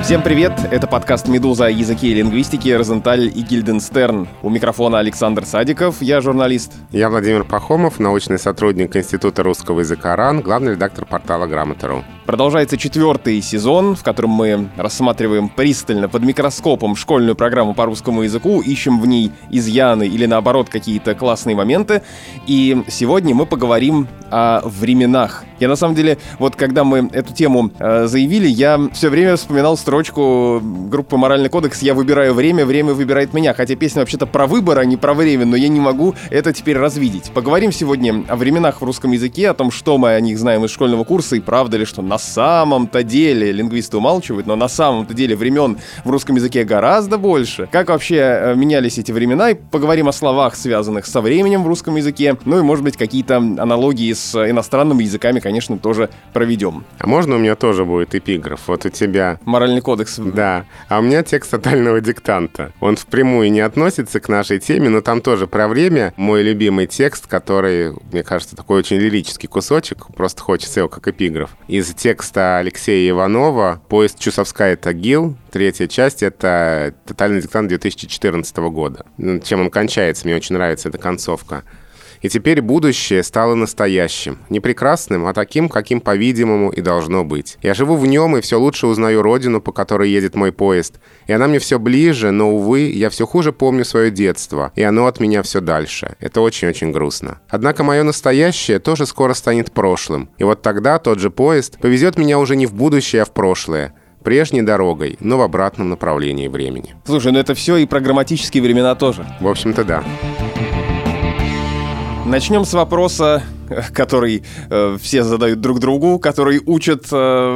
Всем привет! Это подкаст «Медуза» о языке и лингвистике «Розенталь и Гильденстерн». У микрофона Александр Садиков, я журналист. Я Владимир Пахомов, научный сотрудник Института русского языка РАН, главный редактор портала Грамота.ру. Продолжается 4-й сезон, в котором мы рассматриваем пристально под микроскопом школьную программу по русскому языку, ищем в ней изъяны или, наоборот, какие-то классные моменты. И сегодня мы поговорим о временах. Я, на самом деле, вот когда мы эту тему заявили, я все время вспоминал строчку группы «Моральный кодекс» «Я выбираю время, время выбирает меня». Хотя песня вообще-то про выбор, а не про время, но я не могу это теперь развидеть. Поговорим сегодня о временах в русском языке, о том, что мы о них знаем из школьного курса, и правда ли, что на самом-то деле, лингвисты умалчивают, но на самом-то деле времен в русском языке гораздо больше. Как вообще менялись эти времена, и поговорим о словах, связанных со временем в русском языке, ну и, может быть, какие-то аналогии с иностранными языками, конечно, тоже проведем. А можно у меня тоже будет эпиграф? Вот у тебя... Моральный кодекс. Да. А у меня текст тотального диктанта. Он впрямую не относится к нашей теме, но там тоже про время. Мой любимый текст, который, мне кажется, такой очень лирический кусочек, просто хочется его как эпиграф. Из текста Алексея Иванова «Поезд Чусовская-Тагил». Третья часть — это тотальный диктант 2014 года. Чем он кончается, мне очень нравится эта концовка. И теперь будущее стало настоящим. Не прекрасным, а таким, каким, по-видимому, и должно быть. Я живу в нем и все лучше узнаю родину, по которой едет мой поезд. И она мне все ближе, но, увы, я все хуже помню свое детство. И оно от меня все дальше. Это очень-очень грустно. Однако мое настоящее тоже скоро станет прошлым. И вот тогда тот же поезд повезет меня уже не в будущее, а в прошлое. Прежней дорогой, но в обратном направлении времени. Слушай, ну это все и про грамматические времена тоже. В общем-то, да. Начнем с вопроса, который все задают друг другу, который учат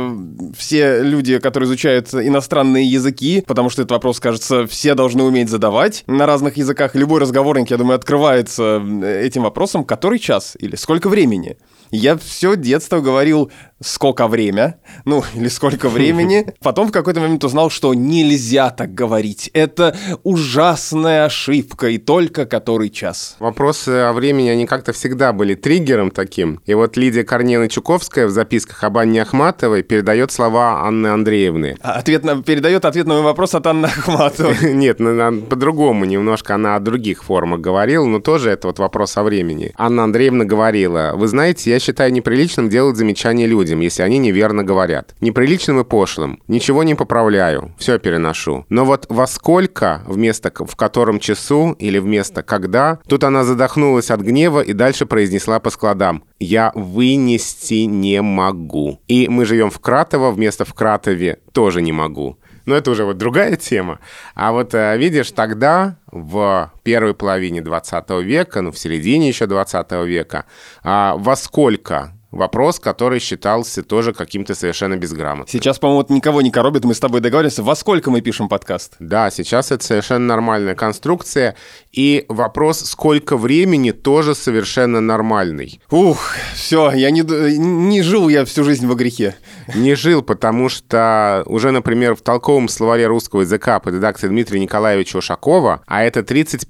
все люди, которые изучают иностранные языки, потому что этот вопрос, кажется, все должны уметь задавать на разных языках. Любой разговорник, я думаю, открывается этим вопросом: который час или сколько времени? Я все детство говорил «сколько время», ну, или «сколько времени». Потом в какой-то момент узнал, что нельзя так говорить. Это ужасная ошибка, и только который час. Вопросы о времени, они как-то всегда были триггером таким. И вот Лидия Корнеевна-Чуковская в записках об Анне Ахматовой передает слова Анны Андреевны. Передает ответ на мой вопрос от Анны Ахматовой. Нет, по-другому немножко она о других формах говорила, но тоже это вот вопрос о времени. Анна Андреевна говорила: «Вы знаете, я считаю неприличным делать замечания людям, если они неверно говорят. Неприличным и пошлым. Ничего не поправляю, все переношу. Но вот во сколько вместо в котором часу или вместо когда, тут она задохнулась от гнева и дальше произнесла по складам: я вынести не могу. И мы живем в Кратово, вместо в Кратове тоже не могу». Но это уже вот другая тема. А вот видишь, тогда, в первой половине 20 века, ну, в середине еще 20 века, во сколько? Вопрос, который считался тоже каким-то совершенно безграмотным. Сейчас, по-моему, это никого не коробит, мы с тобой договорились, во сколько мы пишем подкаст? Да, сейчас это совершенно нормальная конструкция, и вопрос, сколько времени, тоже совершенно нормальный. Ух, все, я не жил я всю жизнь во грехе. Не жил, потому что уже, например, в толковом словаре русского языка под редакцией Дмитрия Николаевича Ушакова, а это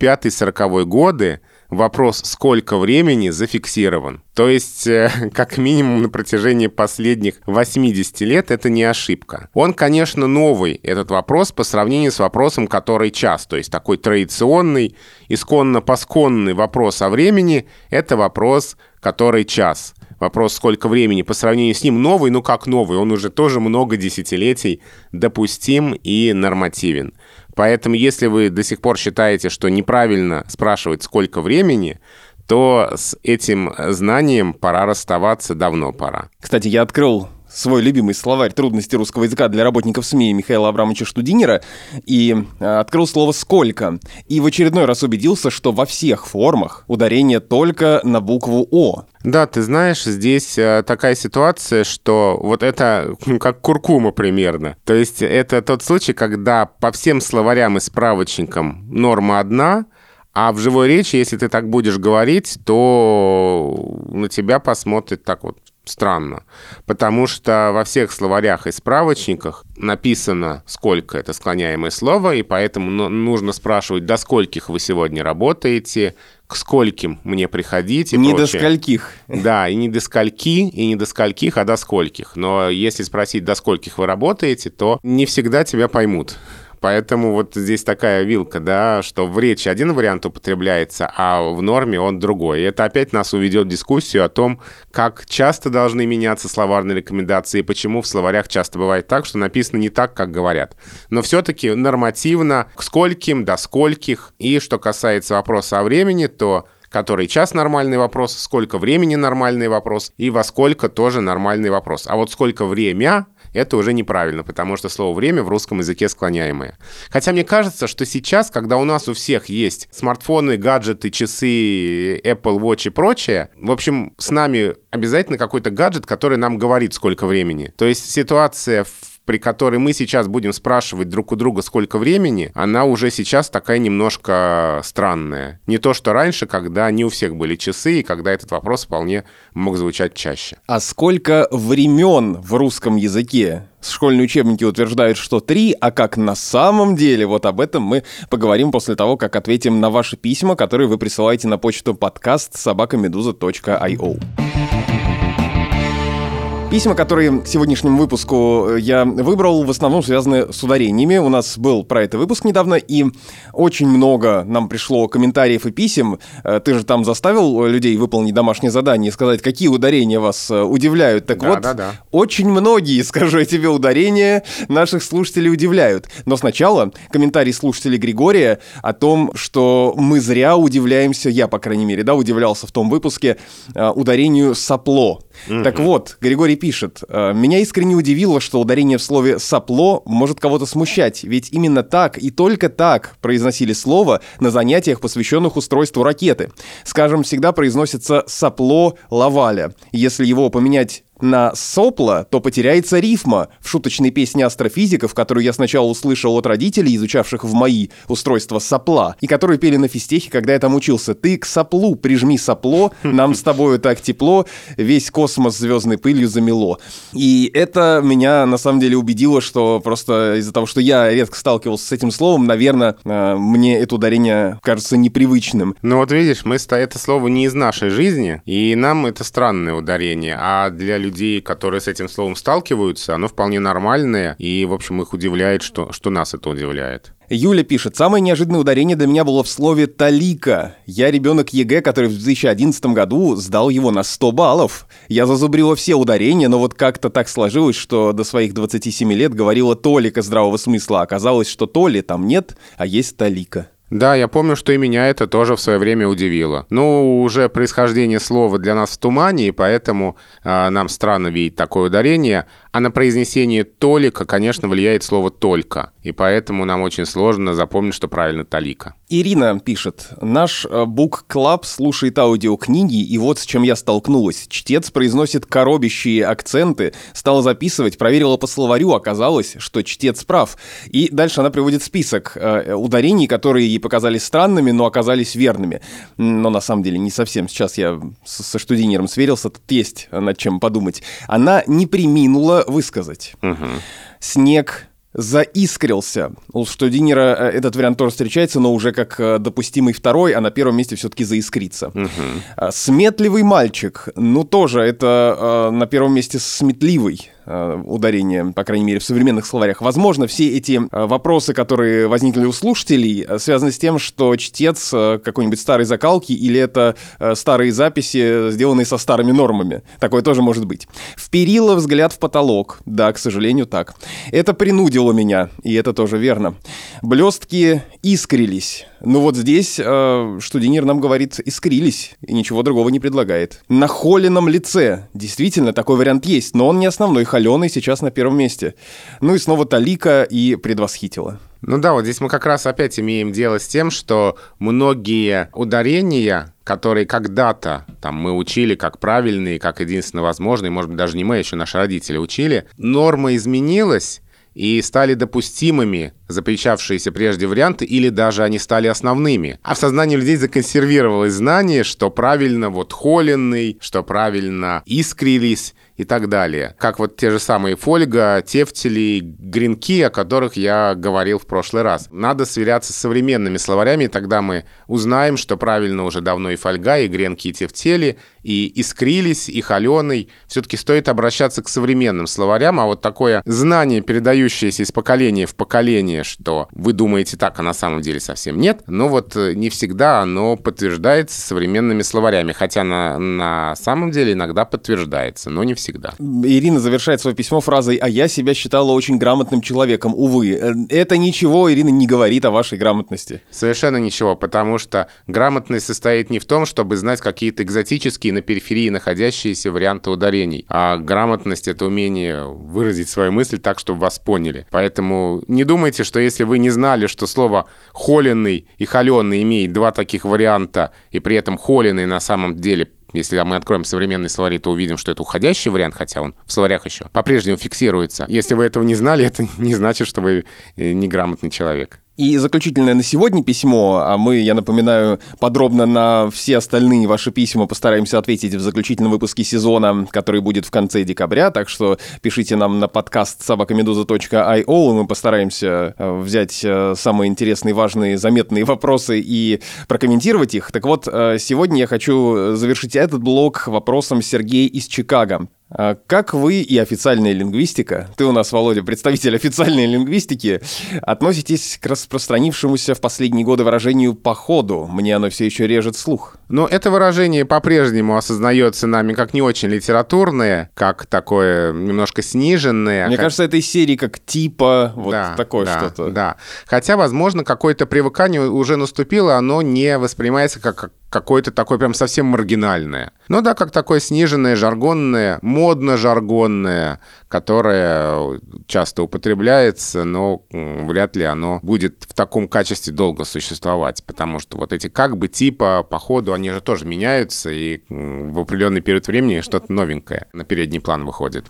35-40 годы, вопрос «сколько времени» зафиксирован. То есть, как минимум на протяжении последних 80 лет это не ошибка. Он, конечно, новый, этот вопрос, по сравнению с вопросом «который час?». То есть такой традиционный, исконно-посконный вопрос о времени – это вопрос «который час?». Вопрос, сколько времени, по сравнению с ним новый, ну как новый, он уже тоже много десятилетий допустим и нормативен. Поэтому, если вы до сих пор считаете, что неправильно спрашивать, сколько времени, то с этим знанием пора расставаться, давно пора. Кстати, я открыл свой любимый словарь трудностей русского языка для работников СМИ Михаила Абрамовича Штудинера и открыл слово «сколько». И в очередной раз убедился, что во всех формах ударение только на букву «о». Да, ты знаешь, здесь такая ситуация, что вот это как куркума примерно. То есть это тот случай, когда по всем словарям и справочникам норма одна, а в живой речи, если ты так будешь говорить, то на тебя посмотрят так вот странно, потому что во всех словарях и справочниках написано, сколько это склоняемое слово, и поэтому нужно спрашивать, до скольких вы сегодня работаете, к скольким мне приходить и не прочее. До скольких. Да, и не до скольких, а до скольких. Но если спросить, до скольких вы работаете, то не всегда тебя поймут. Поэтому вот здесь такая вилка, да, что в речи один вариант употребляется, а в норме он другой. И это опять нас уведет в дискуссию о том, как часто должны меняться словарные рекомендации и почему в словарях часто бывает так, что написано не так, как говорят. Но все-таки нормативно к скольким, до скольких. И что касается вопроса о времени, то который час нормальный вопрос, сколько времени нормальный вопрос и во сколько тоже нормальный вопрос. А вот сколько время, это уже неправильно, потому что слово «время» в русском языке склоняемое. Хотя мне кажется, что сейчас, когда у нас у всех есть смартфоны, гаджеты, часы, Apple Watch и прочее, в общем, с нами обязательно какой-то гаджет, который нам говорит, сколько времени. То есть ситуация, при которой мы сейчас будем спрашивать друг у друга, сколько времени, она уже сейчас такая немножко странная. Не то, что раньше, когда не у всех были часы, и когда этот вопрос вполне мог звучать чаще. А сколько времен в русском языке? Школьные учебники утверждают, что 3, а как на самом деле? Вот об этом мы поговорим после того, как ответим на ваши письма, которые вы присылаете на почту podcast@meduza.io. Письма, которые к сегодняшнему выпуску я выбрал, в основном связаны с ударениями. У нас был про это выпуск недавно, и очень много нам пришло комментариев и писем. Ты же там заставил людей выполнить домашнее задание и сказать, какие ударения вас удивляют. Так вот, очень многие, скажу я тебе, ударения наших слушателей удивляют. Но сначала комментарий слушателя Григория о том, что мы зря удивляемся, я, по крайней мере, удивлялся в том выпуске, ударению «сопло». Так вот, Григорий пишет: «Меня искренне удивило, что ударение в слове «сопло» может кого-то смущать, ведь именно так и только так произносили слово на занятиях, посвященных устройству ракеты. Скажем, всегда произносится «сопло Лаваля». Если его поменять на «сопло», то потеряется рифма в шуточной песне астрофизиков, которую я сначала услышал от родителей, изучавших в МАИ устройство сопла, и которую пели на физтехе, когда я там учился. «Ты к соплу прижми сопло, нам с тобою так тепло, весь космос звездной пылью замело». И это меня на самом деле убедило, что просто из-за того, что я редко сталкивался с этим словом, наверное, мне это ударение кажется непривычным. Ну вот видишь, это слово не из нашей жизни, и нам это странное ударение, а для людей, которые с этим словом сталкиваются, оно вполне нормальное, и, в общем, их удивляет, что нас это удивляет. Юля пишет: «Самое неожиданное ударение для меня было в слове «талика». Я ребенок ЕГЭ, который в 2011 году сдал его на 100 баллов. Я зазубрила все ударения, но вот как-то так сложилось, что до своих 27 лет говорила толика здравого смысла. Оказалось, что толи там нет, а есть талика». Да, я помню, что и меня это тоже в свое время удивило. Ну, уже происхождение слова для нас в тумане, и поэтому нам странно видеть такое ударение. А на произнесение «толика», конечно, влияет слово «только». И поэтому нам очень сложно запомнить, что правильно «талика». Ирина пишет: «Наш бук-клаб слушает аудиокниги, и вот с чем я столкнулась. Чтец произносит коробящие акценты, стала записывать, проверила по словарю, оказалось, что чтец прав». И дальше она приводит список ударений, которые ей показались странными, но оказались верными. Но на самом деле не совсем. Сейчас я со штудинером сверился, тут есть над чем подумать. Она не преминула высказать. «Снег заискрился». У штудинера этот вариант тоже встречается, но уже как допустимый второй, а на первом месте все-таки заискрится. «Сметливый мальчик». Ну, тоже это на первом месте сметливый. Ударение, по крайней мере, в современных словарях. Возможно, все эти вопросы, которые возникли у слушателей, связаны с тем, что чтец какой-нибудь старой закалки или это старые записи, сделанные со старыми нормами. Такое тоже может быть. «Вперила взгляд в потолок». Да, к сожалению, так. «Это принудило меня», и это тоже верно. «Блестки искрились». Ну вот здесь штудинер нам говорит «искрились» и ничего другого не предлагает. «На холеном лице». Действительно, такой вариант есть, но он не основной. Холеный сейчас на первом месте. Ну и снова талика и предвосхитила. Ну да, вот здесь мы как раз опять имеем дело с тем, что многие ударения, которые когда-то там мы учили как правильные, как единственно возможные, может быть, даже не мы, а еще наши родители учили, норма изменилась, и стали допустимыми запрещавшиеся прежде варианты, или даже они стали основными. А в сознании людей законсервировалось знание, что правильно вот холеный, что правильно искрились, и так далее. Как вот те же самые фольга, тефтели, гренки, о которых я говорил в прошлый раз. Надо сверяться с современными словарями, и тогда мы узнаем, что правильно уже давно и фольга, и гренки, и тефтели, и искрились, и холеный. Все-таки стоит обращаться к современным словарям, а вот такое знание, передающееся из поколения в поколение, что вы думаете так, а на самом деле совсем нет, но вот не всегда оно подтверждается современными словарями, хотя на самом деле иногда подтверждается, но не всегда. Ирина завершает свое письмо фразой «А я себя считала очень грамотным человеком». Увы, это ничего, Ирина, не говорит о вашей грамотности. Совершенно ничего, потому что грамотность состоит не в том, чтобы знать какие-то экзотические на периферии находящиеся варианты ударений, а грамотность — это умение выразить свою мысль так, чтобы вас поняли. Поэтому не думайте, что если вы не знали, что слово «холеный» и «холеный» имеет два таких варианта, и при этом «холеный» на самом деле, если мы откроем современные словари, то увидим, что это уходящий вариант, хотя он в словарях еще по-прежнему фиксируется. Если вы этого не знали, это не значит, что вы неграмотный человек. И заключительное на сегодня письмо, а мы, я напоминаю, подробно на все остальные ваши письма постараемся ответить в заключительном выпуске сезона, который будет в конце декабря, так что пишите нам на подкаст собакамедуза.io, и мы постараемся взять самые интересные, важные, заметные вопросы и прокомментировать их. Так вот, сегодня я хочу завершить этот блок вопросом Сергея из Чикаго. Как вы и официальная лингвистика, ты у нас, Володя, представитель официальной лингвистики, относитесь к распространившемуся в последние годы выражению «походу»? Мне оно все еще режет слух. Но это выражение по-прежнему осознается нами как не очень литературное, как такое немножко сниженное. Мне кажется, это из серии как типа, вот да, такое да, что-то. Да, хотя, возможно, какое-то привыкание уже наступило, оно не воспринимается как какое-то такое прям совсем маргинальное. Ну да, как такое сниженное, жаргонное, модно-жаргонное, которое часто употребляется, но вряд ли оно будет в таком качестве долго существовать, потому что вот эти как бы типа по ходу, они же тоже меняются, и в определенный период времени что-то новенькое на передний план выходит.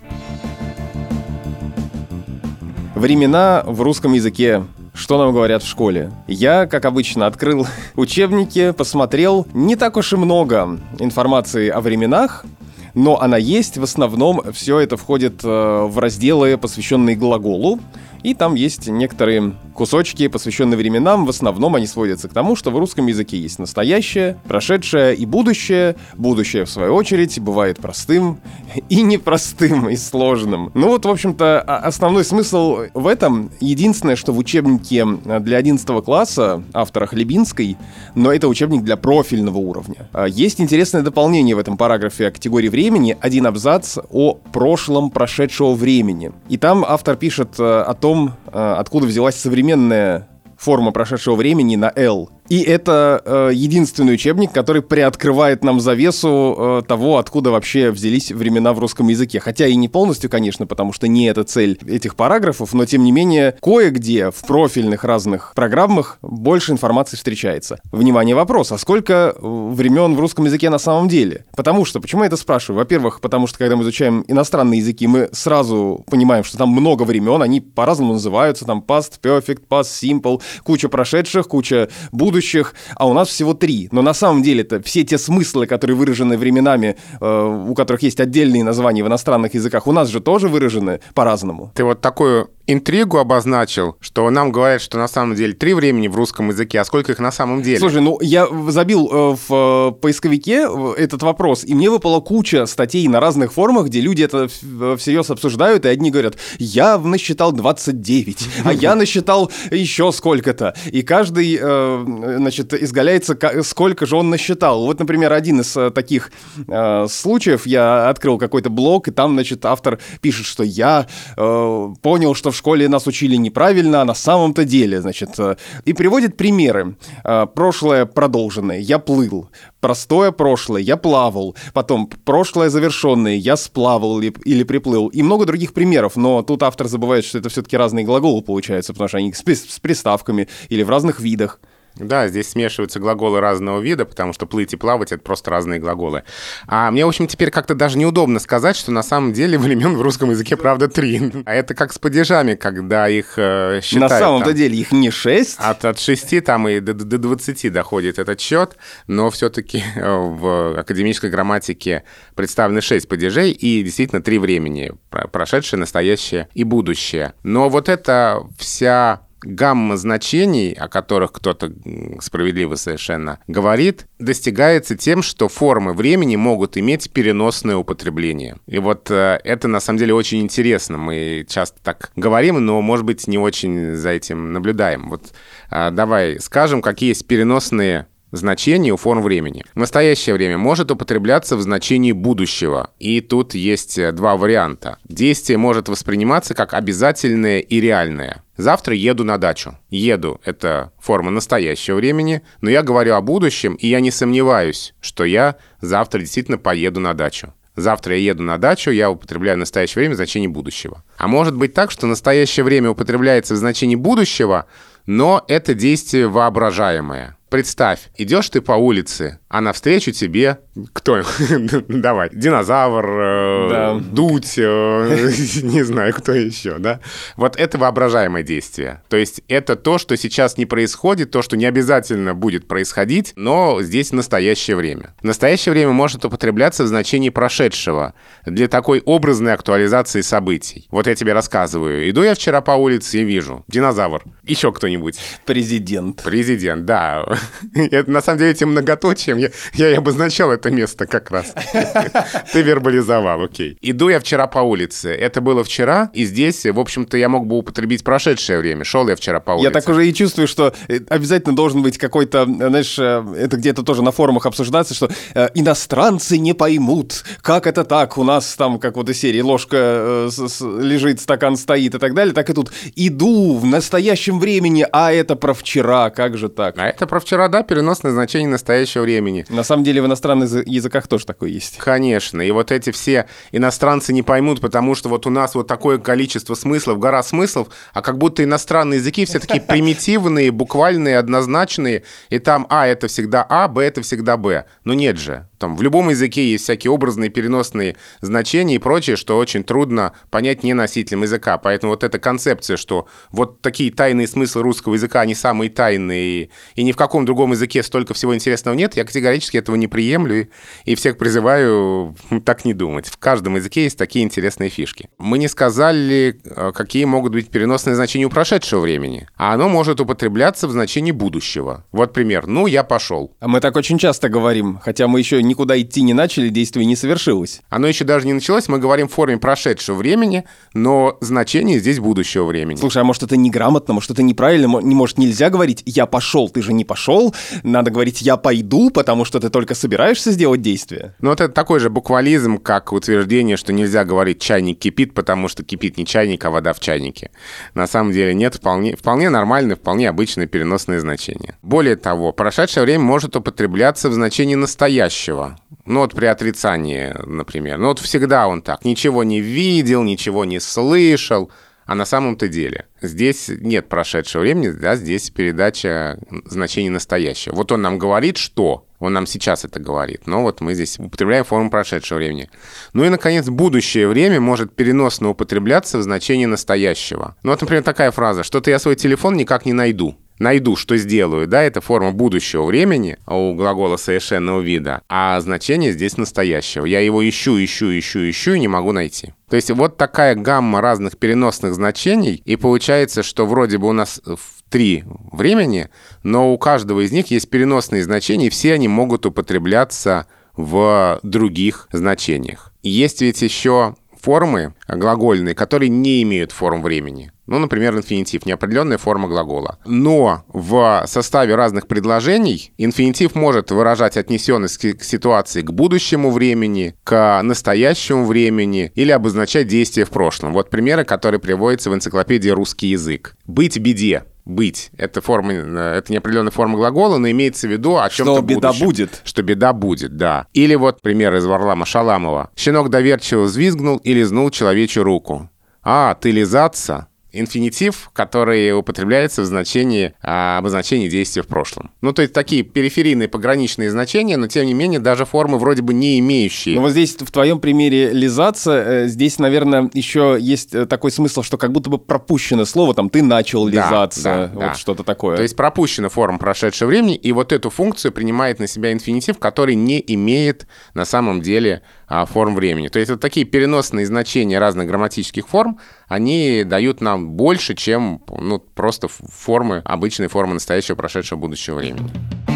Времена в русском языке. Что нам говорят в школе? Я, как обычно, открыл учебники, посмотрел. Не так уж и много информации о временах, но она есть. В основном все это входит в разделы, посвященные глаголу. И там есть некоторые кусочки, посвященные временам. В основном они сводятся к тому, что в русском языке есть настоящее, прошедшее и будущее. Будущее, в свою очередь, бывает простым и непростым, и сложным. Ну вот, в общем-то, основной смысл в этом. Единственное, что в учебнике для 11 класса автора Хлебинской, но это учебник для профильного уровня. Есть интересное дополнение в этом параграфе о категории времени. Один абзац о прошлом прошедшего времени. И там автор пишет о том, откуда взялась современная форма прошедшего времени на «л». И это единственный учебник, который приоткрывает нам завесу того, откуда вообще взялись времена в русском языке. Хотя и не полностью, конечно, потому что не это цель этих параграфов, но тем не менее кое-где в профильных разных программах больше информации встречается. Внимание, вопрос, а сколько времен в русском языке на самом деле? Потому что, почему я это спрашиваю? Во-первых, потому что когда мы изучаем иностранные языки, мы сразу понимаем, что там много времен, они по-разному называются, там past perfect, past simple, куча прошедших, куча будущих, а у нас всего 3. Но на самом деле-то все те смыслы, которые выражены временами, у которых есть отдельные названия в иностранных языках, у нас же тоже выражены по-разному. Ты вот такую интригу обозначил, что нам говорят, что на самом деле 3 времени в русском языке, а сколько их на самом деле? Слушай, ну я забил в поисковике этот вопрос, и мне выпала куча статей на разных форумах, где люди это всерьез обсуждают, и одни говорят, я насчитал 29, а я насчитал еще сколько-то. И каждый, значит, изгаляется, сколько же он насчитал. Вот, например, один из таких случаев, я открыл какой-то блог, и там, значит, автор пишет, что я понял, что в школе нас учили неправильно, а на самом-то деле, значит, и приводит примеры. Прошлое продолженное, я плыл. Простое прошлое, я плавал. Потом прошлое завершенное, я сплавал или приплыл. И много других примеров, но тут автор забывает, что это все-таки разные глаголы получаются, потому что они с приставками или в разных видах. Да, здесь смешиваются глаголы разного вида, потому что плыть и плавать — это просто разные глаголы. А мне, в общем, теперь как-то даже неудобно сказать, что на самом деле времен в русском языке, правда, 3. А это как с падежами, когда их считают. На самом-то деле их не 6. От 6 там и до 20 доходит этот счет, но все-таки в академической грамматике представлены 6 падежей и действительно 3 времени: прошедшее, настоящее и будущее. Но вот эта вся гамма значений, о которых кто-то справедливо совершенно говорит, достигается тем, что формы времени могут иметь переносное употребление. И вот это на самом деле очень интересно. Мы часто так говорим, но, может быть, не очень за этим наблюдаем. Вот давай скажем, какие есть переносные значение у форм времени. Настоящее время может употребляться в значении будущего. И тут есть 2 варианта. Действие может восприниматься как обязательное и реальное. Завтра еду на дачу. Еду — это форма настоящего времени, но я говорю о будущем, и я не сомневаюсь, что я завтра действительно поеду на дачу. Завтра я еду на дачу, я употребляю настоящее время в значении будущего. А может быть так, что настоящее время употребляется в значении будущего, но это действие воображаемое. Представь, идешь ты по улице, а навстречу тебе кто? Давай, динозавр, дудь, не знаю, кто еще, да? Вот это воображаемое действие. То есть это то, что сейчас не происходит, то, что не обязательно будет происходить, но здесь настоящее время. Настоящее время может употребляться в значении прошедшего для такой образной актуализации событий. Вот я тебе рассказываю. Иду я вчера по улице и вижу динозавр. Еще кто-нибудь? Президент. Президент, да. Это, на самом деле, этим многоточием я и обозначал это место как раз. Ты вербализовал, окей. Иду я вчера по улице. Это было вчера, и здесь, в общем-то, я мог бы употребить прошедшее время. Шел я вчера по улице. Я так уже и чувствую, что обязательно должен быть какой-то, знаешь, это где-то тоже на форумах обсуждаться, что иностранцы не поймут, как это так, у нас там, как вот из серии, ложка лежит, стакан стоит и так далее, так и тут иду в настоящем времени, а это про вчера, как же так? А это про вчера, да, переносное значение настоящего времени. На самом деле в иностранных языках тоже такое есть. Конечно, и вот эти все иностранцы не поймут, потому что вот у нас вот такое количество смыслов, гора смыслов, а как будто иностранные языки все такие примитивные, буквальные, однозначные, и там А — это всегда А, Б — это всегда Б. Но нет же. Там в любом языке есть всякие образные переносные значения и прочее, что очень трудно понять не носителям языка. Поэтому вот эта концепция, что вот такие тайные смыслы русского языка, они самые тайные, и ни в каком другом языке столько всего интересного нет, я категорически этого не приемлю и всех призываю так не думать. В каждом языке есть такие интересные фишки. Мы не сказали, какие могут быть переносные значения у прошедшего времени, а оно может употребляться в значении будущего. Вот пример. Ну, я пошел. А мы так очень часто говорим, хотя мы еще никуда идти не начали, действие не совершилось. Оно еще даже не началось, мы говорим в форме прошедшего времени, но значение здесь будущего времени. Слушай, а может это неграмотно, может это неправильно, может нельзя говорить «я пошел», ты же не пошел, надо говорить «я пойду», потому что ты только собираешься сделать действие. Ну вот это такой же буквализм, как утверждение, что нельзя говорить «чайник кипит», потому что кипит не чайник, а вода в чайнике. На самом деле нет, вполне нормальное, вполне обычное переносное значение. Более того, прошедшее время может употребляться в значении настоящего. Ну вот при отрицании, например. Ну вот всегда он так. Ничего не видел, ничего не слышал. А на самом-то деле здесь нет прошедшего времени, да, здесь передача значения настоящего. Вот он нам говорит, что... Он нам сейчас это говорит, но вот мы здесь употребляем форму прошедшего времени. Ну и, наконец, будущее время может переносно употребляться в значении настоящего. Ну вот, например, такая фраза: «Что-то я свой телефон никак не найду». Найду, что сделаю, да, это форма будущего времени у глагола совершенного вида, а значение здесь настоящего. Я его ищу и не могу найти. То есть вот такая гамма разных переносных значений, и получается, что вроде бы у нас 3 времени, но у каждого из них есть переносные значения, и все они могут употребляться в других значениях. Есть ведь еще формы глагольные, которые не имеют форм времени. Ну, например, инфинитив — неопределенная форма глагола. Но в составе разных предложений инфинитив может выражать отнесенность к ситуации, к будущему времени, к настоящему времени или обозначать действие в прошлом. Вот примеры, которые приводятся в энциклопедии «Русский язык». «Быть беде». Быть. Это неопределенная форма глагола, но имеется в виду о чем-то будущем. Что беда будет. Что беда будет, да. Или вот пример из Варлама Шаламова. «Щенок доверчиво взвизгнул и лизнул человечью руку». «А, ты лизаться? инфинитив, который употребляется в значении, обозначении действия в прошлом. Ну, то есть такие периферийные пограничные значения, но тем не менее даже формы вроде бы не имеющие. Ну вот здесь в твоем примере лизаться, здесь, наверное, еще есть такой смысл, что как будто бы пропущено слово, там, ты начал лизаться, да. Что-то такое. То есть пропущена форма прошедшего времени, и вот эту функцию принимает на себя инфинитив, который не имеет на самом деле форм времени. То есть вот такие переносные значения разных грамматических форм, они дают нам больше, чем просто формы, обычные формы настоящего, прошедшего, будущего времени.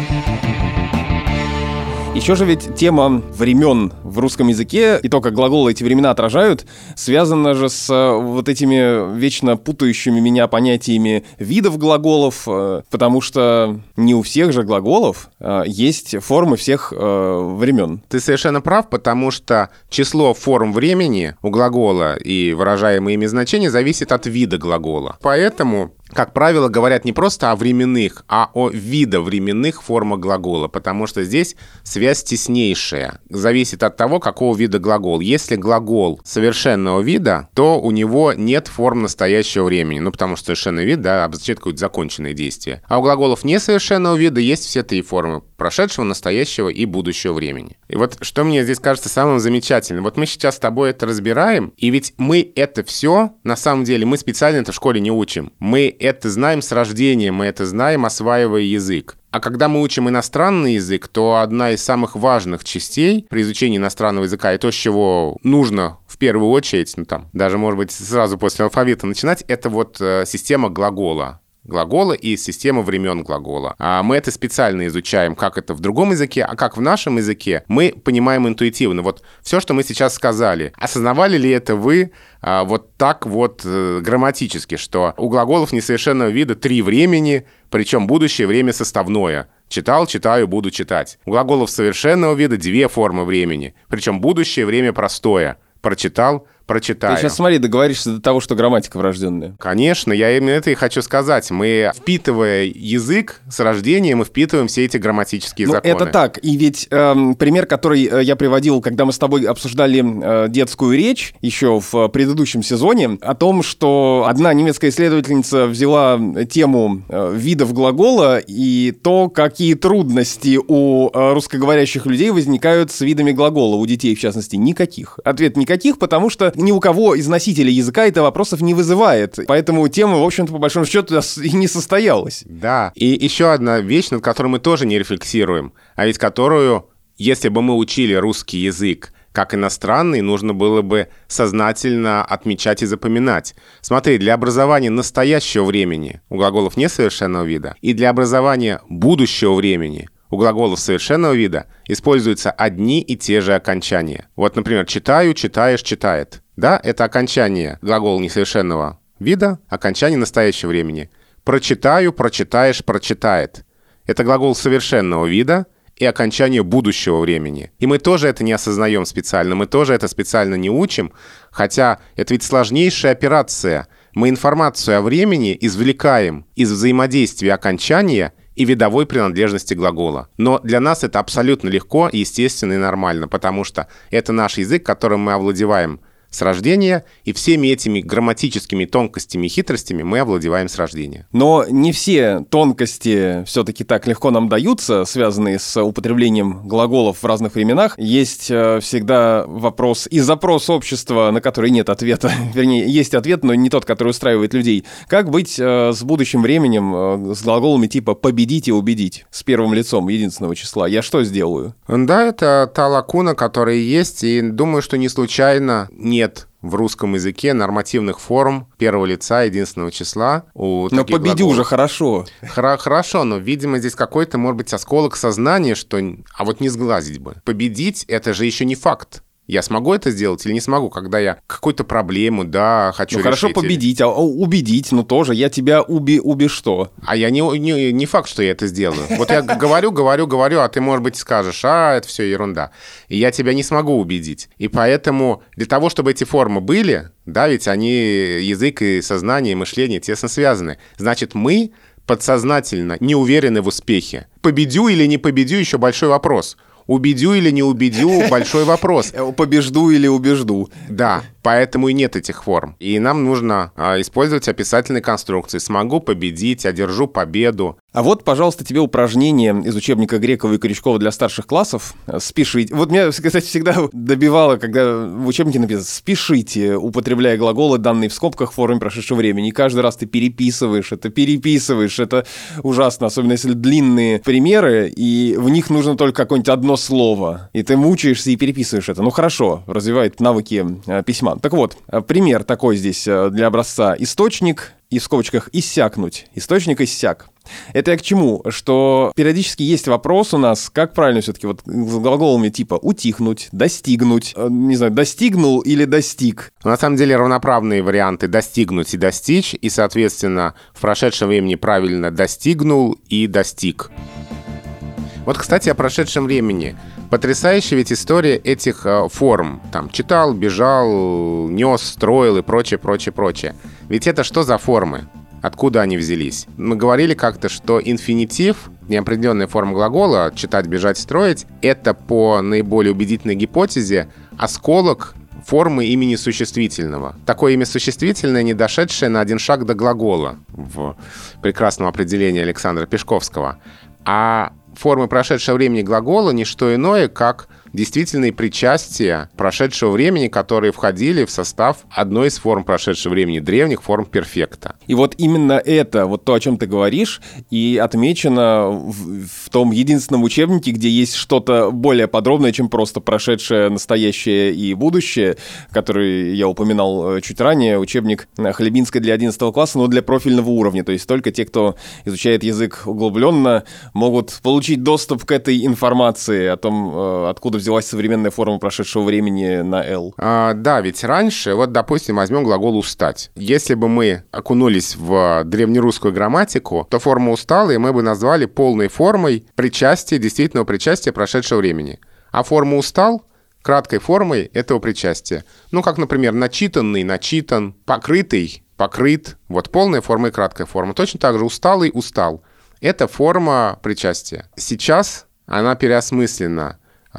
Еще же ведь тема времен в русском языке и то, как глаголы эти времена отражают, связана же с вот этими вечно путающими меня понятиями видов глаголов, потому что не у всех же глаголов есть формы всех времен. Ты совершенно прав, потому что число форм времени у глагола и выражаемые ими значения зависит от вида глагола. Поэтому, как правило, говорят не просто о временных, а о видовременных формах глагола, потому что здесь связь теснейшая. Зависит от того, какого вида глагол. Если глагол совершенного вида, то у него нет форм настоящего времени, потому что совершенный вид, обозначает какое-то законченное действие. А у глаголов несовершенного вида есть все три формы: прошедшего, настоящего и будущего времени. И вот что мне здесь кажется самым замечательным. Вот мы сейчас с тобой это разбираем, и ведь мы это все, на самом деле, мы специально это в школе не учим. Мы это знаем с рождения, мы это знаем, осваивая язык. А когда мы учим иностранный язык, то одна из самых важных частей при изучении иностранного языка, и то, с чего нужно в первую очередь, даже, может быть, сразу после алфавита начинать, это вот система глагола и система времен глагола. А мы это специально изучаем, как это в другом языке, а как в нашем языке, мы понимаем интуитивно. Вот все, что мы сейчас сказали, осознавали ли это вы вот так вот грамматически, что у глаголов несовершенного вида три времени, причем будущее время составное. Читал, читаю, буду читать. У глаголов совершенного вида две формы времени, причем будущее время простое. Прочитал, прочитаю. Ты сейчас, смотри, договоришься до того, что грамматика врожденная. Конечно, я именно это и хочу сказать. Мы, впитывая язык с рождения, мы впитываем все эти грамматические законы. Это так. И ведь пример, который я приводил, когда мы с тобой обсуждали детскую речь еще в предыдущем сезоне, о том, что одна немецкая исследовательница взяла тему видов глагола и то, какие трудности у русскоговорящих людей возникают с видами глагола, у детей, в частности, никаких. Ответ никаких, потому что ни у кого из носителей языка это вопросов не вызывает. Поэтому тема, в общем-то, по большому счету, и не состоялась. Да. И еще одна вещь, над которой мы тоже не рефлексируем, а ведь которую, если бы мы учили русский язык как иностранный, нужно было бы сознательно отмечать и запоминать. Смотри, для образования настоящего времени у глаголов несовершенного вида и для образования будущего времени у глаголов совершенного вида используются одни и те же окончания. Вот, например, читаю, читаешь, читает. Да, это окончание глагола несовершенного вида, окончание настоящего времени. Прочитаю, прочитаешь, прочитает. Это глагол совершенного вида и окончание будущего времени. И мы тоже это не осознаем специально, мы тоже это специально не учим, хотя это ведь сложнейшая операция. Мы информацию о времени извлекаем из взаимодействия окончания и видовой принадлежности глагола. Но для нас это абсолютно легко, естественно и нормально, потому что это наш язык, которым мы овладеваем с рождения, и всеми этими грамматическими тонкостями и хитростями мы овладеваем с рождения. Но не все тонкости все-таки так легко нам даются, связанные с употреблением глаголов в разных временах. Есть всегда вопрос и запрос общества, на который нет ответа. Вернее, есть ответ, но не тот, который устраивает людей. Как быть с будущим временем, с глаголами типа «победить» и «убедить» с первым лицом единственного числа? Я что сделаю? Да, это та лакуна, которая есть, и думаю, что не случайно нет в русском языке нормативных форм первого лица единственного числа. Но «победи» уже хорошо. Хорошо, но, видимо, здесь какой-то, может быть, осколок сознания, что... А вот не сглазить бы. Победить — это же еще не факт. Я смогу это сделать или не смогу, когда я какую-то проблему, хочу решить. Хорошо победить, а убедить, тоже. Я тебя уби что? А я не факт, что я это сделаю. Вот я говорю, а ты, может быть, скажешь, это все ерунда. И я тебя не смогу убедить. И поэтому для того, чтобы эти формы были, ведь они, язык и сознание, и мышление тесно связаны. Значит, мы подсознательно не уверены в успехе. Победю или не победю — еще большой вопрос. Убедю или не убедю — большой вопрос. Побежду или убежду. Да, поэтому и нет этих форм. И нам нужно использовать описательные конструкции. Смогу победить, одержу победу. А вот, пожалуйста, тебе упражнение из учебника Грекова и Крючкова для старших классов. Спешите. Вот меня, кстати, всегда добивало, когда в учебнике написано «спешите», употребляя глаголы, данные в скобках в форме прошедшего времени. И каждый раз ты переписываешь. Это ужасно, особенно если длинные примеры, и в них нужно только какое-нибудь одно слово. И ты мучаешься и переписываешь это. Ну хорошо, развивает навыки письма. Так вот, пример такой здесь для образца. Источник, и в скобочках «иссякнуть». Источник «иссяк». Это я к чему? Что периодически есть вопрос у нас, как правильно все-таки вот с глаголами типа «утихнуть», «достигнуть», не знаю, «достигнул» или «достиг». На самом деле равноправные варианты «достигнуть» и «достичь», и, соответственно, в прошедшем времени правильно «достигнул» и «достиг». Вот, кстати, о прошедшем времени. Потрясающая ведь история этих форм. Там читал, бежал, нес, строил и прочее. Ведь это что за формы? Откуда они взялись? Мы говорили как-то, что инфинитив, неопределенная форма глагола «читать, бежать, строить» — это по наиболее убедительной гипотезе осколок формы имени существительного. Такое имя существительное, не дошедшее на один шаг до глагола в прекрасном определении Александра Пешковского. А формы прошедшего времени глагола — не что иное, как действительные причастия прошедшего времени, которые входили в состав одной из форм прошедшего времени, древних форм перфекта. И вот именно это, вот то, о чем ты говоришь, и отмечено в том единственном учебнике, где есть что-то более подробное, чем просто прошедшее, настоящее и будущее, который я упоминал чуть ранее, учебник Хлебинской для 11 класса, но для профильного уровня. То есть только те, кто изучает язык углубленно, могут получить доступ к этой информации о том, откуда взялась современная форма прошедшего времени на «л». Да, ведь раньше, вот, допустим, возьмем глагол «устать». Если бы мы окунулись в древнерусскую грамматику, то форму «усталый» мы бы назвали полной формой причастия, действительного причастия прошедшего времени. А форму «устал» — краткой формой этого причастия. Ну, как, например, начитанный, начитан, покрытый, покрыт. Вот полная форма и краткая форма. Точно так же усталый, устал. Это форма причастия. Сейчас она переосмыслена.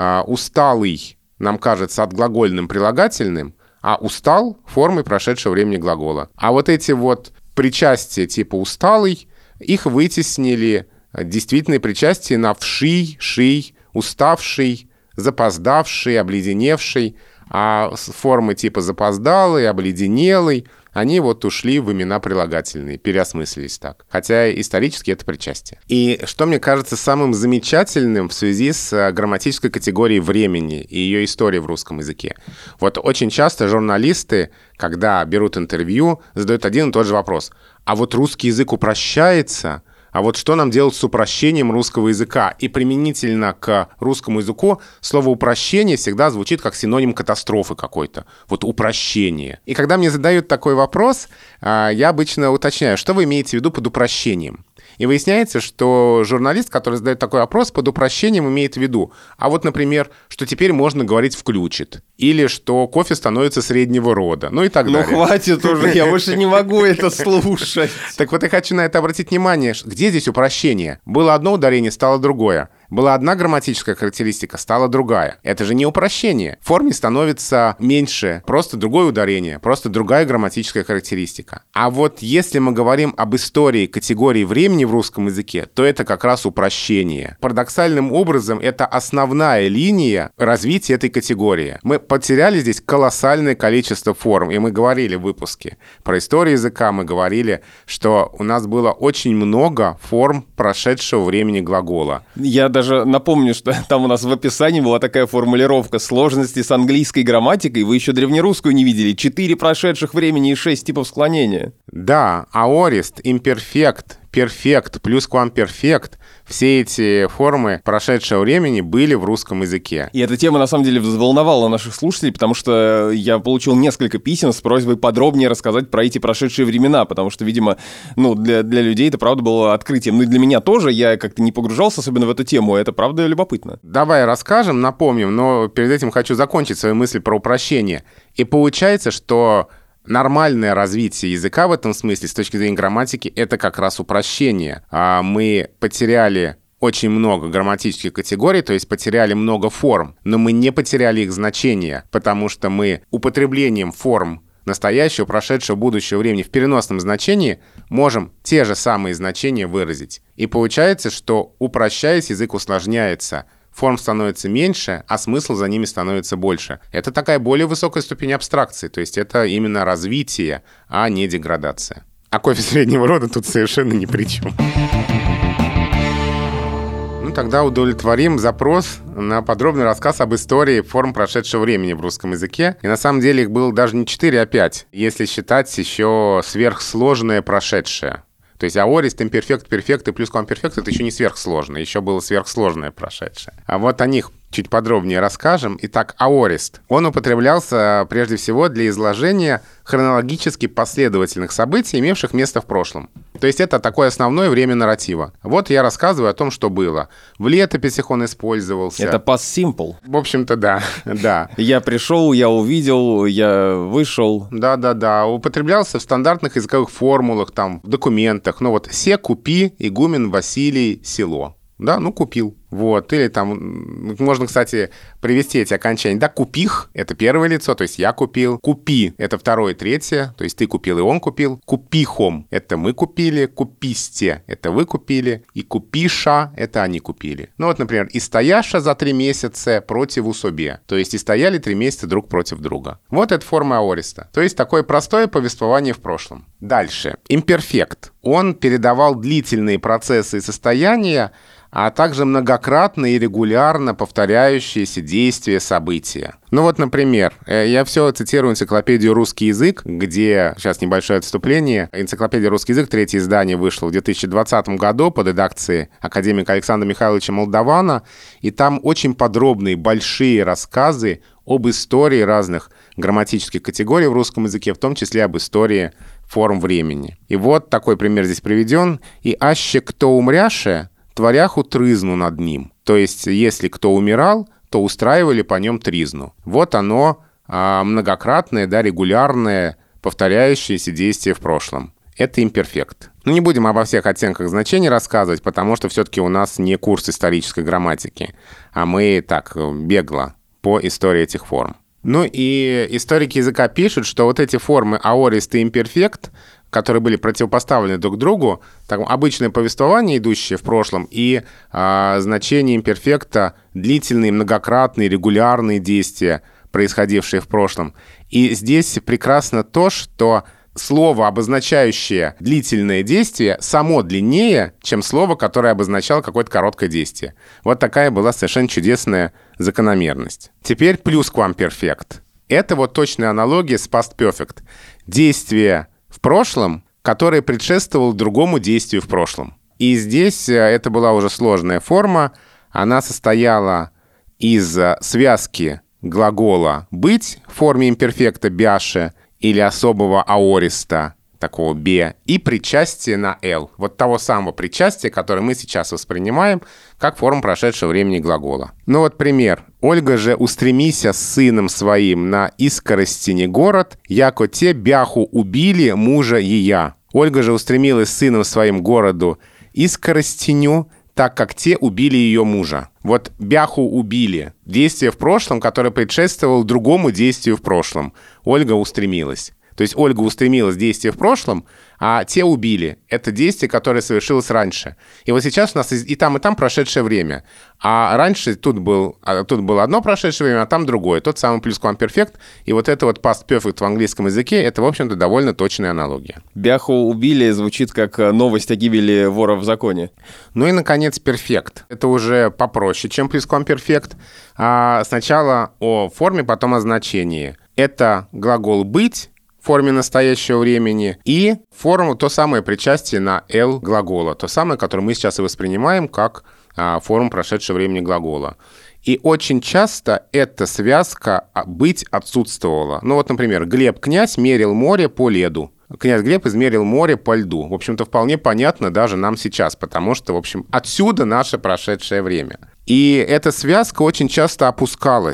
Усталый нам кажется отглагольным прилагательным, а устал — формой прошедшего времени глагола. А вот эти вот причастия типа усталый, их вытеснили действительные причастия на вший, ший, уставший, запоздавший, обледеневший, а формы типа запоздалый, обледенелый, они вот ушли в имена прилагательные, переосмыслились так. Хотя исторически это причастие. И что мне кажется самым замечательным в связи с грамматической категорией времени и ее историей в русском языке. Вот очень часто журналисты, когда берут интервью, задают один и тот же вопрос. А вот русский язык упрощается? А вот что нам делать с упрощением русского языка? И применительно к русскому языку слово «упрощение» всегда звучит как синоним катастрофы какой-то. Вот упрощение. И когда мне задают такой вопрос, я обычно уточняю, что вы имеете в виду под упрощением? И выясняется, что журналист, который задает такой вопрос, под упрощением имеет в виду, а вот, например, что теперь можно говорить «включит», или что кофе становится среднего рода, ну и так далее. Ну хватит уже, я больше не могу это слушать. Так вот я хочу на это обратить внимание, где здесь упрощение? Было одно ударение, стало другое. Была одна грамматическая характеристика, стала другая. Это же не упрощение. В форме становится меньше, просто другое ударение, просто другая грамматическая характеристика. А вот если мы говорим об истории категории времени в русском языке, то это как раз упрощение. Парадоксальным образом, это основная линия развития этой категории. Мы потеряли здесь колоссальное количество форм, и мы говорили в выпуске про историю языка, мы говорили, что у нас было очень много форм прошедшего времени глагола. Я даже напомню, что там у нас в описании была такая формулировка: сложности с английской грамматикой вы еще древнерусскую не видели. 4 прошедших времени и 6 типов склонения. Да, аорист, имперфект, перфект, плюсквамперфект, все эти формы прошедшего времени были в русском языке. И эта тема, на самом деле, взволновала наших слушателей, потому что я получил несколько писем с просьбой подробнее рассказать про эти прошедшие времена, потому что, видимо, для людей это, правда, было открытием. Ну и для меня тоже, я как-то не погружался особенно в эту тему, это, правда, любопытно. Давай расскажем, напомним, но перед этим хочу закончить свою мысль про упрощение. И получается, что нормальное развитие языка в этом смысле, с точки зрения грамматики, это как раз упрощение. Мы потеряли очень много грамматических категорий, то есть потеряли много форм, но мы не потеряли их значения, потому что мы употреблением форм настоящего, прошедшего, будущего времени в переносном значении можем те же самые значения выразить. И получается, что, упрощаясь, язык усложняется. Форм становится меньше, а смысл за ними становится больше. Это такая более высокая ступень абстракции, то есть это именно развитие, а не деградация. А кофе среднего рода тут совершенно ни при чем. Тогда удовлетворим запрос на подробный рассказ об истории форм прошедшего времени в русском языке. И на самом деле их было даже не 4, а 5, если считать еще сверхсложное прошедшее. То есть аорист, имперфект, перфект и плюсквамперфект — это еще не сверхсложное, еще было сверхсложное прошедшее. А вот о них чуть подробнее расскажем. Итак, аорист. Он употреблялся прежде всего для изложения хронологически последовательных событий, имевших место в прошлом. То есть это такое основное время нарратива. Вот я рассказываю о том, что было. В летописях он использовался. Это past simple. В общем-то, да. Я пришел, я увидел, я вышел. Да. Употреблялся в стандартных языковых формулах, там, в документах. Ну вот, се купи, игумен Василий, село. Да, купил. Вот, или там, можно, кстати, привести эти окончания. Да, купих — это первое лицо, то есть я купил. Купи — это второе, третье, то есть ты купил и он купил. Купихом — это мы купили. Куписте — это вы купили. И купиша — это они купили. Ну вот, например, и стояша за 3 месяца против усобе. То есть и стояли 3 месяца друг против друга. Вот это форма аориста. То есть такое простое повествование в прошлом. Дальше. Имперфект. Он передавал длительные процессы и состояния, а также многократно и регулярно повторяющиеся действия, события. Ну вот, например, я все цитирую энциклопедию «Русский язык», где, сейчас небольшое отступление, энциклопедия «Русский язык», 3-е издание вышло в 2020 году под редакцией академика Александра Михайловича Молдавана, и там очень подробные, большие рассказы об истории разных грамматических категорий в русском языке, в том числе об истории форм времени. И вот такой пример здесь приведен. «И аще кто умряше, творяху трызну над ним». То есть, если кто умирал, то устраивали по нем тризну. Вот оно, многократное, регулярное, повторяющееся действие в прошлом. Это имперфект. Не будем обо всех оттенках значений рассказывать, потому что все-таки у нас не курс исторической грамматики, а мы так, бегло по истории этих форм. Ну и историки языка пишут, что вот эти формы аорист и имперфект, которые были противопоставлены друг другу, так, обычное повествование, идущее в прошлом, и значение имперфекта — длительные, многократные, регулярные действия, происходившие в прошлом. И здесь прекрасно то, что слово, обозначающее длительное действие, само длиннее, чем слово, которое обозначало какое-то короткое действие. Вот такая была совершенно чудесная закономерность. Теперь плюсквамперфект. Это вот точная аналогия с past perfect. Действие в прошлом, которое предшествовало другому действию в прошлом. И здесь это была уже сложная форма. Она состояла из связки глагола «быть» в форме имперфекта «бяше» или особого аориста, такого «бе», и причастие на «л». Вот того самого причастия, которое мы сейчас воспринимаем как форму прошедшего времени глагола. Ну вот пример. «Ольга же устремися с сыном своим на Искоростине город, яко те бяху убили мужа ея». Ольга же устремилась с сыном своим к городу Искоростиню, так как те убили ее мужа. Вот бяху убили. Действие в прошлом, которое предшествовало другому действию в прошлом. Ольга устремилась. То есть Ольга устремилась, действие в прошлом, а те убили. Это действие, которое совершилось раньше. И вот сейчас у нас и там прошедшее время. А раньше тут было одно прошедшее время, а там другое. Тот самый плюсквамперфект. И вот это вот past perfect в английском языке, это, в общем-то, довольно точная аналогия. Бяху убили звучит как новость о гибели вора в законе. Ну и, наконец, перфект. Это уже попроще, чем плюсквамперфект. А сначала о форме, потом о значении. Это глагол «быть» в форме настоящего времени и форму, то самое причастие на «л» глагола, то самое, которое мы сейчас и воспринимаем как форму прошедшего времени глагола. И очень часто эта связка «быть» отсутствовала. Ну вот, например, Глеб князь мерил море по леду. Князь Глеб измерил море по льду. В общем-то, вполне понятно даже нам сейчас, потому что, в общем, отсюда наше прошедшее время. И эта связка очень часто опускалась.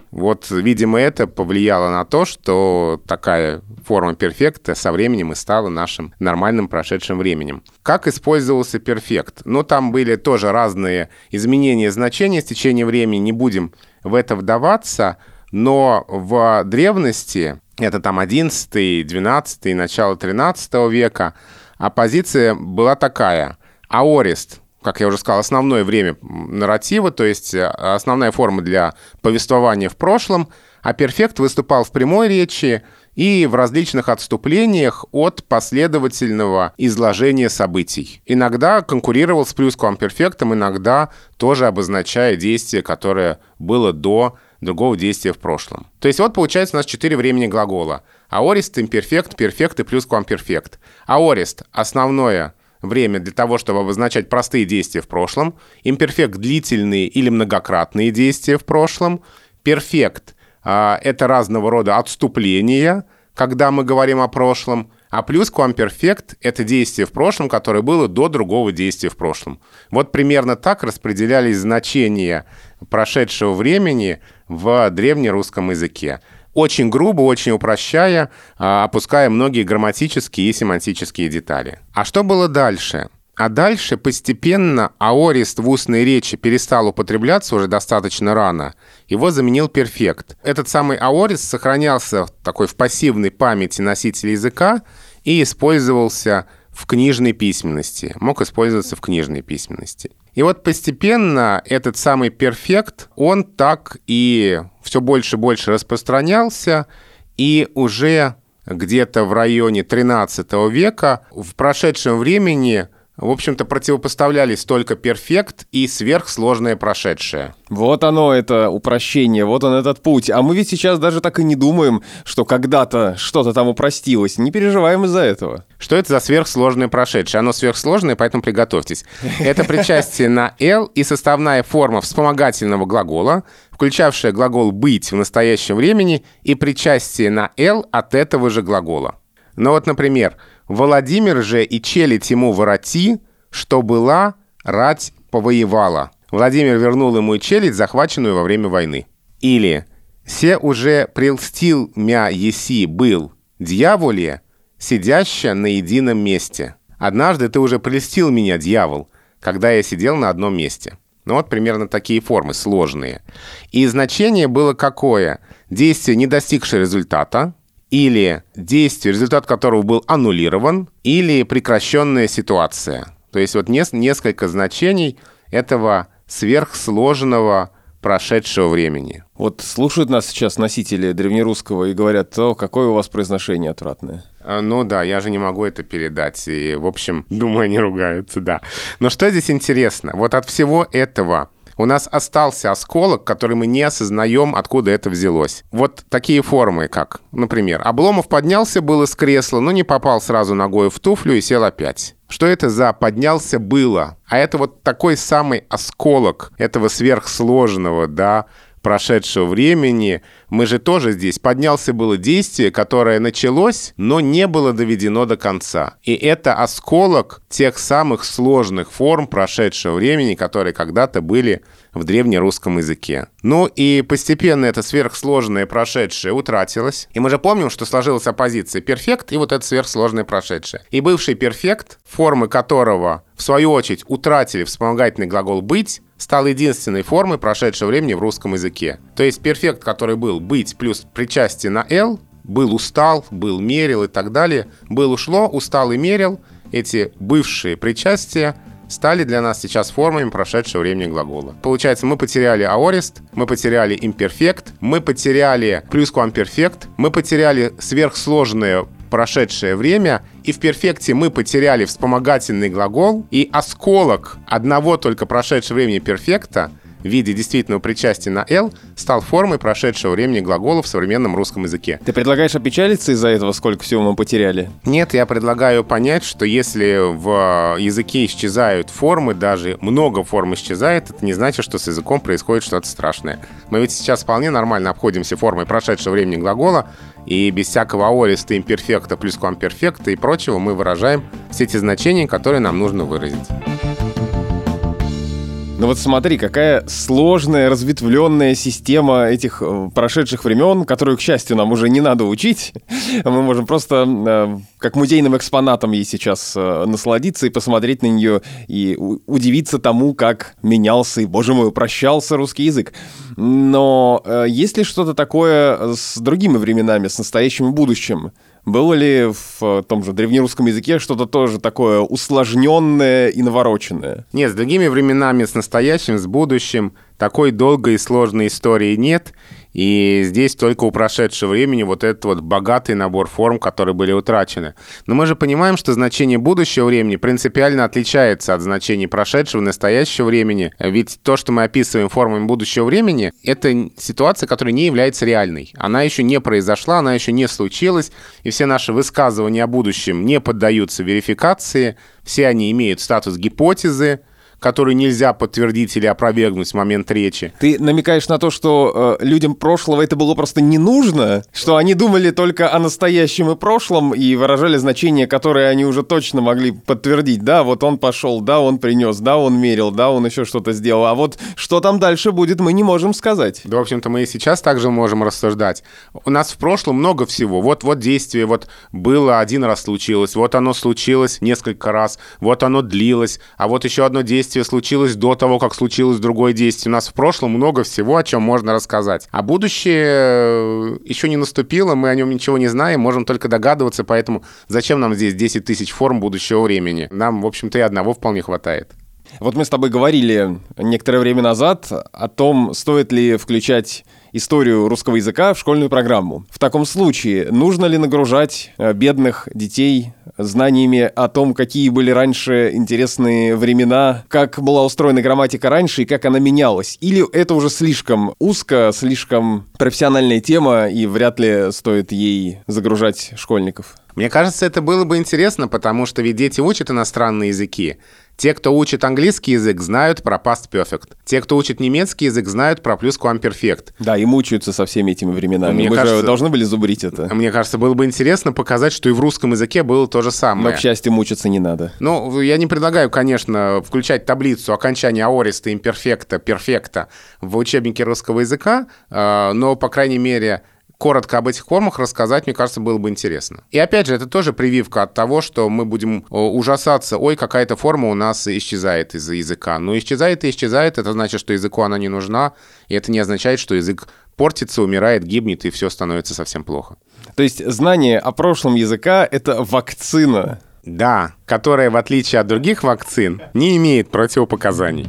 Вот, видимо, это повлияло на то, что такая форма перфекта со временем и стала нашим нормальным прошедшим временем. Как использовался перфект? Ну, там были тоже разные изменения значения с течением времени, не будем в это вдаваться, но в древности, это там 11, 12, начало 13 века, оппозиция была такая. Аорист, как я уже сказал, основное время нарратива, то есть основная форма для повествования в прошлом, а перфект выступал в прямой речи и в различных отступлениях от последовательного изложения событий. Иногда конкурировал с плюсквамперфектом, иногда тоже обозначая действие, которое было до другого действия в прошлом. То есть вот получается у нас 4 времени глагола. Аорист, имперфект, перфект и плюсквамперфект. Аорист — основное время для того, чтобы обозначать простые действия в прошлом. Имперфект — длительные или многократные действия в прошлом. Перфект — это разного рода отступления, когда мы говорим о прошлом. А плюсквамперфект — это действие в прошлом, которое было до другого действия в прошлом. Вот примерно так распределялись значения прошедшего времени в древнерусском языке. Очень грубо, очень упрощая, опуская многие грамматические и семантические детали. А что было дальше? А дальше постепенно аорист в устной речи перестал употребляться уже достаточно рано. Его заменил перфект. Этот самый аорист сохранялся в пассивной памяти носителя языка и использовался в книжной письменности. Мог использоваться в книжной письменности. И вот постепенно этот самый перфект, он так и все больше и больше распространялся, и уже где-то в районе 13 века в прошедшем времени, в общем-то, противопоставлялись только перфект и сверхсложное прошедшее. Вот оно, это упрощение, вот он этот путь. А мы ведь сейчас даже так и не думаем, что когда-то что-то там упростилось. Не переживаем из-за этого. Что это за сверхсложное прошедшее? Оно сверхсложное, поэтому приготовьтесь. Это причастие на «л» и составная форма вспомогательного глагола, включавшая глагол «быть» в настоящем времени и причастие на «л» от этого же глагола. Ну вот, например, «Владимир же и челядь ему вороти, что была, рать повоевала». Владимир вернул ему и челядь, захваченную во время войны. Или «Се уже прельстил мя еси был дьяволе, сидяща на едином месте». «Однажды ты уже прельстил меня, дьявол, когда я сидел на одном месте». Ну вот примерно такие формы, сложные. И значение было какое? Действие, не достигшее результата, или действие, результат которого был аннулирован, или прекращенная ситуация. То есть вот несколько значений этого сверхсложного прошедшего времени. Вот слушают нас сейчас носители древнерусского и говорят: «О, какое у вас произношение отвратное». Ну да, я же не могу это передать. И, в общем, думаю, они ругаются, да. Но что здесь интересно? Вот от всего этого у нас остался осколок, который мы не осознаем, откуда это взялось. Вот такие формы, как, например, Обломов поднялся было с кресла, но не попал сразу ногой в туфлю и сел опять. Что это за «поднялся было»? А это вот такой самый осколок этого сверхсложного, да, прошедшего времени. Мы же тоже здесь. Поднялся было действие, которое началось, но не было доведено до конца. И это осколок тех самых сложных форм прошедшего времени, которые когда-то были в древнерусском языке. Ну и постепенно это сверхсложное прошедшее утратилось. И мы же помним, что сложилась оппозиция перфект и вот это сверхсложное прошедшее. И бывший перфект, формы которого, в свою очередь, утратили вспомогательный глагол «быть», стал единственной формой прошедшего времени в русском языке. То есть перфект, который был «быть» плюс причастие на «л», был устал, был мерил и так далее. Был ушло, устал и мерил. Эти бывшие причастия стали для нас сейчас формами прошедшего времени глагола. Получается, мы потеряли аорист, мы потеряли имперфект, мы потеряли плюсквамперфект, мы потеряли сверхсложное прошедшее время, и в перфекте мы потеряли вспомогательный глагол, и осколок одного только прошедшего времени перфекта в виде действительного причастия на «л» стал формой прошедшего времени глагола в современном русском языке. Ты предлагаешь опечалиться из-за этого, сколько всего мы потеряли? Нет, я предлагаю понять, что если в языке исчезают формы, даже много форм исчезает, это не значит, что с языком происходит что-то страшное. Мы ведь сейчас вполне нормально обходимся формой прошедшего времени глагола, и без всякого аориста, имперфекта, плюсквамперфекта и прочего мы выражаем все эти значения, которые нам нужно выразить. Ну вот смотри, какая сложная, разветвленная система этих прошедших времен, которую, к счастью, нам уже не надо учить. Мы можем просто как музейным экспонатом ей сейчас насладиться и посмотреть на нее и удивиться тому, как менялся и, боже мой, упрощался русский язык. Но есть ли что-то такое с другими временами, с настоящим и будущим? Было ли в том же древнерусском языке что-то тоже такое усложненное и навороченное? Нет, с другими временами, с настоящим, с будущим такой долгой и сложной истории нет. И здесь только у прошедшего времени вот этот вот богатый набор форм, которые были утрачены. Но мы же понимаем, что значение будущего времени принципиально отличается от значений прошедшего и настоящего времени. Ведь то, что мы описываем формами будущего времени, это ситуация, которая не является реальной. Она еще не произошла, она еще не случилась, и все наши высказывания о будущем не поддаются верификации, все они имеют статус гипотезы, которую нельзя подтвердить или опровергнуть в момент речи. Ты намекаешь на то, что людям прошлого это было просто не нужно? Что они думали только о настоящем и прошлом и выражали значения, которые они уже точно могли подтвердить? Да, вот он пошел, да, он принес, да, он мерил, да, он еще что-то сделал. А вот что там дальше будет, мы не можем сказать. Да, в общем-то, мы и сейчас также можем рассуждать. У нас в прошлом много всего. Вот действие вот было один раз случилось, вот оно случилось несколько раз, вот оно длилось, а вот еще одно действие случилось до того, как случилось другое действие. У нас в прошлом много всего, о чем можно рассказать. А будущее еще не наступило, мы о нем ничего не знаем, можем только догадываться, поэтому зачем нам здесь 10 тысяч форм будущего времени? Нам, в общем-то, и одного вполне хватает. Вот мы с тобой говорили некоторое время назад о том, стоит ли включать историю русского языка в школьную программу. В таком случае, нужно ли нагружать бедных детей знаниями о том, какие были раньше интересные времена, как была устроена грамматика раньше и как она менялась? Или это уже слишком узко, слишком профессиональная тема, и вряд ли стоит ей загружать школьников? Мне кажется, это было бы интересно, потому что ведь дети учат иностранные языки. Те, кто учит английский язык, знают про past perfect. Те, кто учит немецкий язык, знают про plusquamperfect. Да, и мучаются со всеми этими временами. Мы же должны были зубрить это. Мне кажется, было бы интересно показать, что и в русском языке было то же самое. Но, к счастью, мучиться не надо. Ну, я не предлагаю, конечно, включать таблицу окончания аориста, имперфекта, перфекта в учебнике русского языка, но, по крайней мере, коротко об этих формах рассказать, мне кажется, было бы интересно. И опять же, это тоже прививка от того, что мы будем ужасаться, ой, какая-то форма у нас исчезает из языка. Ну, исчезает и исчезает, это значит, что языку она не нужна, и это не означает, что язык портится, умирает, гибнет, и все становится совсем плохо. То есть знание о прошлом языка — это вакцина. Да, которая, в отличие от других вакцин, не имеет противопоказаний.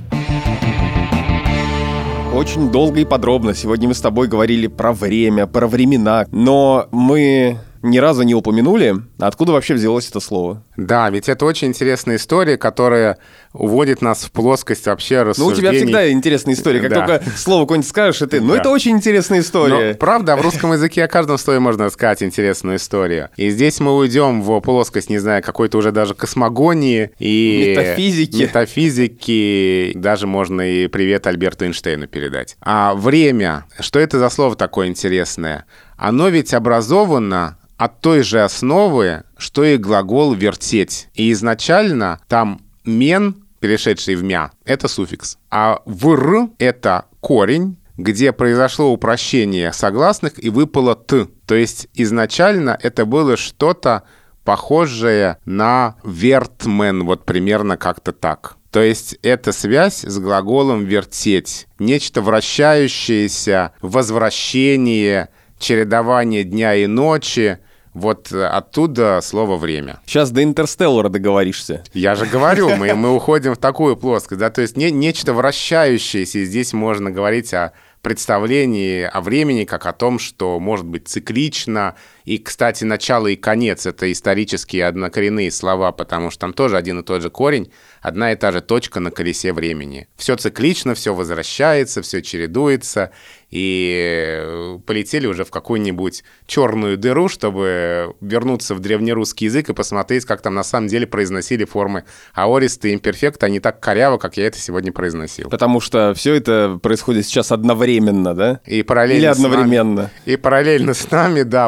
Очень долго и подробно сегодня мы с тобой говорили про время, про времена, но мы ни разу не упомянули, откуда вообще взялось это слово. Да, ведь это очень интересная история, которая уводит нас в плоскость вообще рассуждений. Ну, у тебя всегда интересная история. Как только слово какое-нибудь скажешь, и ты, это очень интересная история. Но, правда, в русском языке о каждом слове можно сказать интересную историю. И здесь мы уйдем в плоскость, не знаю, какой-то уже даже космогонии и метафизики. Даже можно и привет Альберту Эйнштейну передать. А время, что это за слово такое интересное? Оно ведь образовано от той же основы, что и глагол «вертеть». И изначально там «мен», перешедший в «мя», это суффикс. А «вр» — это корень, где произошло упрощение согласных и выпало «т». То есть изначально это было что-то похожее на «вертмен», вот примерно как-то так. То есть это связь с глаголом «вертеть». Нечто вращающееся, возвращение, чередование дня и ночи. Вот оттуда слово «время». Сейчас до «Интерстеллара» договоришься. Я же говорю, мы уходим в такую плоскость, да, то есть нечто вращающееся. Здесь можно говорить о представлении о времени как о том, что может быть циклично. И, кстати, начало и конец — это исторические однокоренные слова, потому что там тоже один и тот же корень, одна и та же точка на колесе времени. Все циклично, все возвращается, все чередуется, и полетели уже в какую-нибудь черную дыру, чтобы вернуться в древнерусский язык и посмотреть, как там на самом деле произносили формы аорист и имперфект, а не так коряво, как я это сегодня произносил. Потому что все это происходит сейчас одновременно, да? И параллельно или одновременно? И параллельно с нами, да, в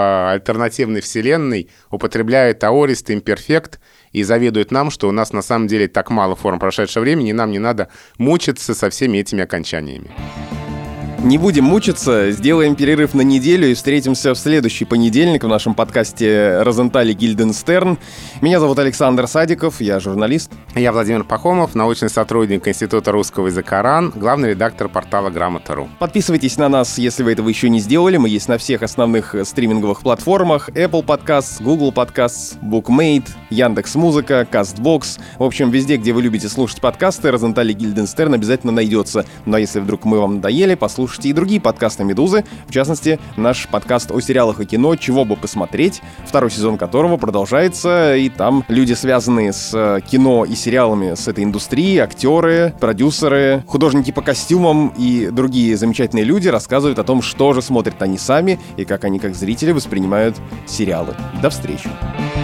в альтернативной вселенной употребляют аорист, имперфект и завидуют нам, что у нас на самом деле так мало форм прошедшего времени, и нам не надо мучиться со всеми этими окончаниями. Не будем мучиться, сделаем перерыв на неделю и встретимся в следующий понедельник в нашем подкасте «Розенталь и Гильденстерн». Меня зовут Александр Садиков, я журналист. Я Владимир Пахомов, научный сотрудник Института русского языка РАН, главный редактор портала Грамота.ру. Подписывайтесь на нас, если вы этого еще не сделали. Мы есть на всех основных стриминговых платформах: Apple Podcasts, Google Podcasts, Bookmate, Яндекс.Музыка, Castbox. В общем, везде, где вы любите слушать подкасты, «Розенталь и Гильденстерн» обязательно найдется. Но если вдруг мы вам надоели, послушайте и другие подкасты «Медузы», в частности, наш подкаст о сериалах и кино «Чего бы посмотреть», второй сезон которого продолжается, и там люди, связанные с кино и сериалами, с этой индустрией, актеры, продюсеры, художники по костюмам и другие замечательные люди рассказывают о том, что же смотрят они сами и как они, как зрители, воспринимают сериалы. До встречи!